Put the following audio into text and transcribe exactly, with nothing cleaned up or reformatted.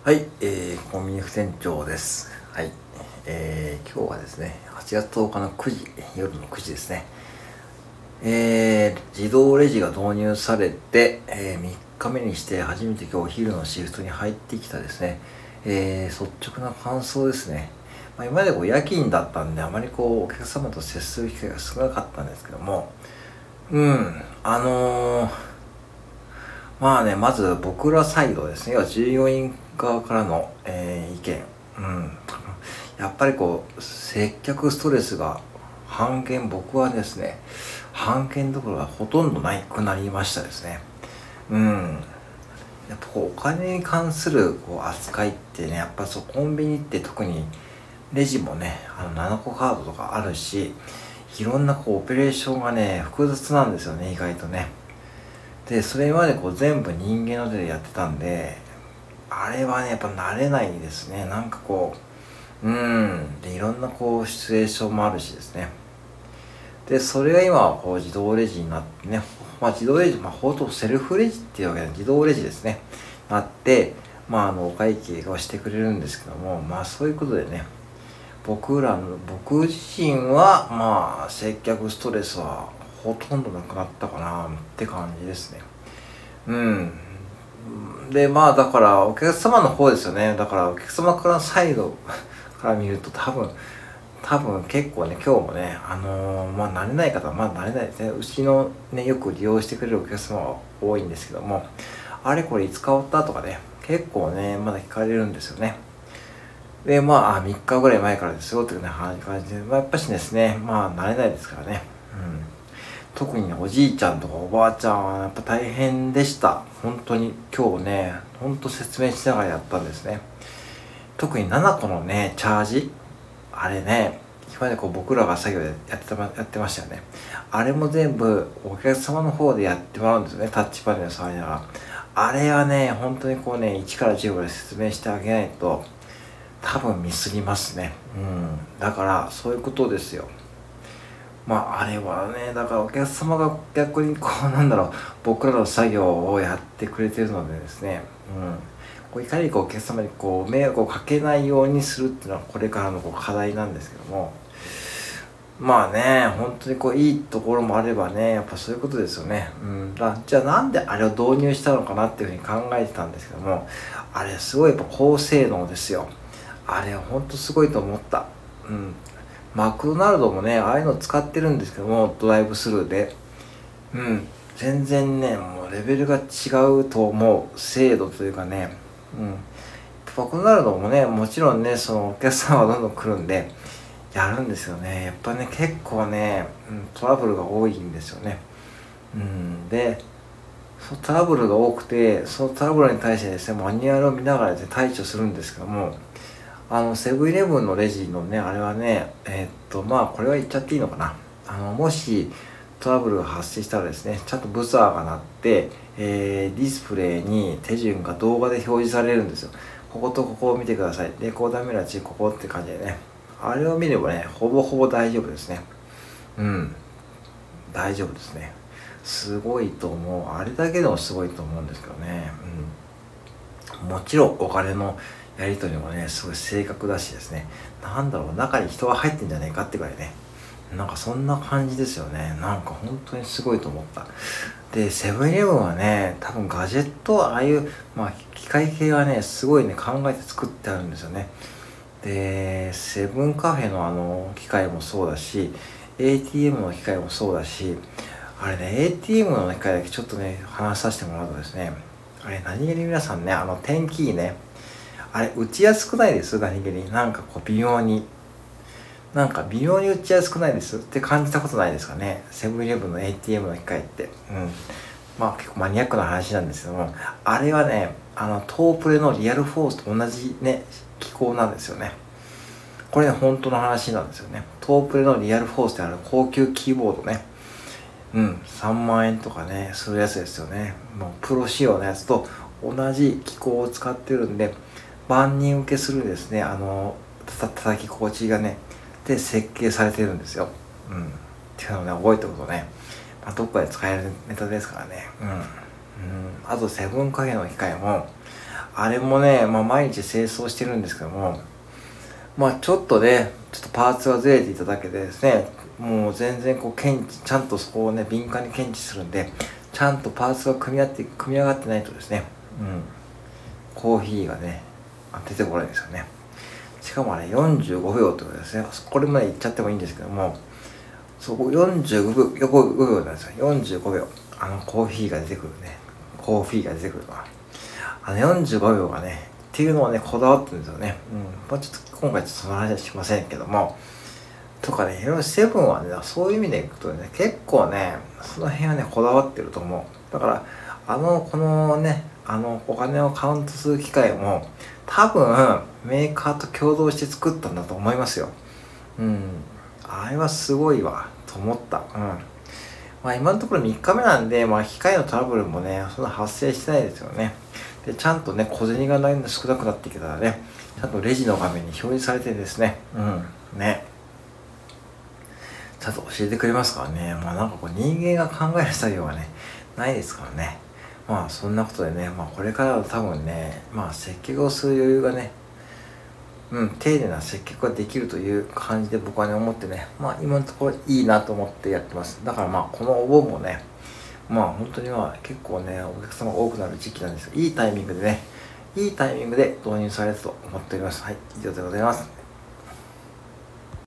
はい、えー、コンビニ副店長です。はい、えー、今日はですね、はちがつとおかのくじ、夜のくじですね。えー、自動レジが導入されて、えー、みっかめにして初めて今日お昼のシフトに入ってきたですね、えー、率直な感想ですね。まあ、今までこう夜勤だったんで、あまりこうお客様と接する機会が少なかったんですけども、うん、あのー、まあね、まず僕らサイドですね、要は従業員側からの、えー意見、うん、やっぱりこう、接客ストレスが半減、僕はですね、半減どころがほとんどなくなりましたですね。うん。やっぱこう、お金に関するこう扱いってね、やっぱそう、コンビニって特にレジもね、あのななこカードとかあるし、いろんなこう、オペレーションがね、複雑なんですよね、意外とね。で、それまでこう全部人間の手でやってたんで、あれはね、やっぱ慣れないですね。なんかこう、うーん。で、いろんなこう、シチュエーションもあるしですね。で、それが今はこう、自動レジになってね、まあ自動レジ、まあほとんどセルフレジっていうわけで、自動レジですね。なって、まああの、お会計をしてくれるんですけども、まあそういうことでね、僕らの、僕自身は、まあ、接客ストレスはほとんどなくなったかなって感じですね。うん。で、まあ、だから、お客様の方ですよね。だから、お客様からサイドから見ると、多分、多分結構ね、今日もね、あのーまあ、慣れない方は、まあ、慣れないですね。うちのね、よく利用してくれるお客様は多いんですけども、あれこれいつ買ったとかね、結構ね、まだ聞かれるんですよね。で、まあ、あみっかぐらい前からですよ、っていうね、感じで、まあ、やっぱしですね、まあ、慣れないですからね。うん。特にね、おじいちゃんとかおばあちゃんはやっぱ大変でした。本当に今日ね、ほんと説明しながらやったんですね。特にななこのね、チャージ。あれね、今までこう僕らが作業でやってま、やってましたよね。あれも全部お客様の方でやってもらうんですよね。タッチパネル触りながら。あれはね、本当にこうね、いちからじゅうぐらい説明してあげないと、多分ミスりますね。うん。だから、そういうことですよ。まあ、あれはね、だからお客様が逆にこう、なんだろう、僕らの作業をやってくれてるのでですね、うん。こういかにこうお客様にこう迷惑をかけないようにするっていうのはこれからのこう課題なんですけども、まあね、本当にこういいところもあればね、やっぱそういうことですよね。うん。だじゃあなんであれを導入したのかなっていうふうに考えてたんですけども、あれすごいやっぱ高性能ですよ。あれ本当すごいと思った。うん。マクドナルドもね、ああいうの使ってるんですけども、ドライブスルーで。うん。全然ね、もうレベルが違うと思う。精度というかね。うん。マクドナルドもね、もちろんね、そのお客さんはどんどん来るんで、やるんですよね。やっぱね、結構ね、うん、トラブルが多いんですよね。うん。で、そのトラブルが多くて、そのトラブルに対してですね、マニュアルを見ながらですね、対処するんですけども、あの、セブンイレブンのレジのね、あれはね、えーっと、まあ、これは言っちゃっていいのかな。あの、もしトラブルが発生したらですね、ちゃんとブザーが鳴って、えー、ディスプレイに手順が動画で表示されるんですよ。こことここを見てください。で、こうダメなち、ここって感じでね。あれを見ればね、ほぼほぼ大丈夫ですね。うん。大丈夫ですね。すごいと思う。あれだけでもすごいと思うんですけどね。うん。もちろんお金のやり取りもね、すごい正確だしですね。なんだろう、中に人が入ってんじゃねえかってくらいね。なんかそんな感じですよね。なんか本当にすごいと思った。で、セブンイレブンはね、多分ガジェット、ああいう、まあ、機械系はね、すごいね、考えて作ってあるんですよね。で、セブンカフェのあの、機械もそうだし、エーティーエム の機械もそうだし、あれね、エーティーエム の機械だけちょっとね、話させてもらうとですね、あれ何気に皆さんね、あの、テンキーね、あれ打ちやすくないです？何気に。なんかこう微妙に。なんか微妙に打ちやすくないですって感じたことないですかね。セブンイレブンの エーティーエム の機械って。うん。まあ結構マニアックな話なんですけども、あれはね、あの、トープレのリアルフォースと同じね、機構なんですよね。これね、本当の話なんですよね。トープレのリアルフォースってある高級キーボードね。うん、さんまんえんとかね、するやつですよね。もうプロ仕様のやつと同じ機構を使ってるんで、万人受けするですね、あの、た叩き心地がね、で設計されてるんですよ。うん。っていうのをね、覚えておくとね、まあ、どっかで使えるネタですからね。うん。うん。あと、セブンカフェの機械も、 あれもね、まあ毎日清掃してるんですけども、まあちょっとね、ちょっとパーツがずれていただけでですね、もう全然こう検知、ちゃんとそこをね、敏感に検知するんで、ちゃんとパーツが組み合って、組み上がってないとですね、うん、コーヒーがね、出てこないんですよね。しかもあれよんじゅうごびょうとかですね、これまでいっちゃってもいいんですけども、そこよんじゅうごびょうなんですよ。よんじゅうごびょう。あのコーヒーが出てくるね。コーヒーが出てくるのは。あのよんじゅうごびょうがね、っていうのをね、こだわってるんですよね。うん。まあちょっと今回ちょっとその話はしませんけども、とかね、いろいろセブンはね、そういう意味でいくとね、結構ね、その辺はね、こだわってると思う。だから、あの、このね、あの、お金をカウントする機械も、多分、メーカーと共同して作ったんだと思いますよ。うん。あれはすごいわ、と思った。うん。まあ今のところみっかめなんで、まあ機械のトラブルもね、そんな発生してないですよね。で、ちゃんとね、小銭がないの少なくなってきたらね、ちゃんとレジの画面に表示されてですね、うん、ね。ちゃんと教えてくれますからね。まあなんかこう人間が考える作業がね、ないですからね。まあそんなことでね、まあこれからは多分ね、まあ接客をする余裕がね、うん、丁寧な接客ができるという感じで僕はね、思ってね、まあ今のところいいなと思ってやってます。だからまあこのお盆もね、まあ本当には結構ね、お客様が多くなる時期なんですが、いいタイミングでね、いいタイミングで導入されると思っております。はい、以上でございます。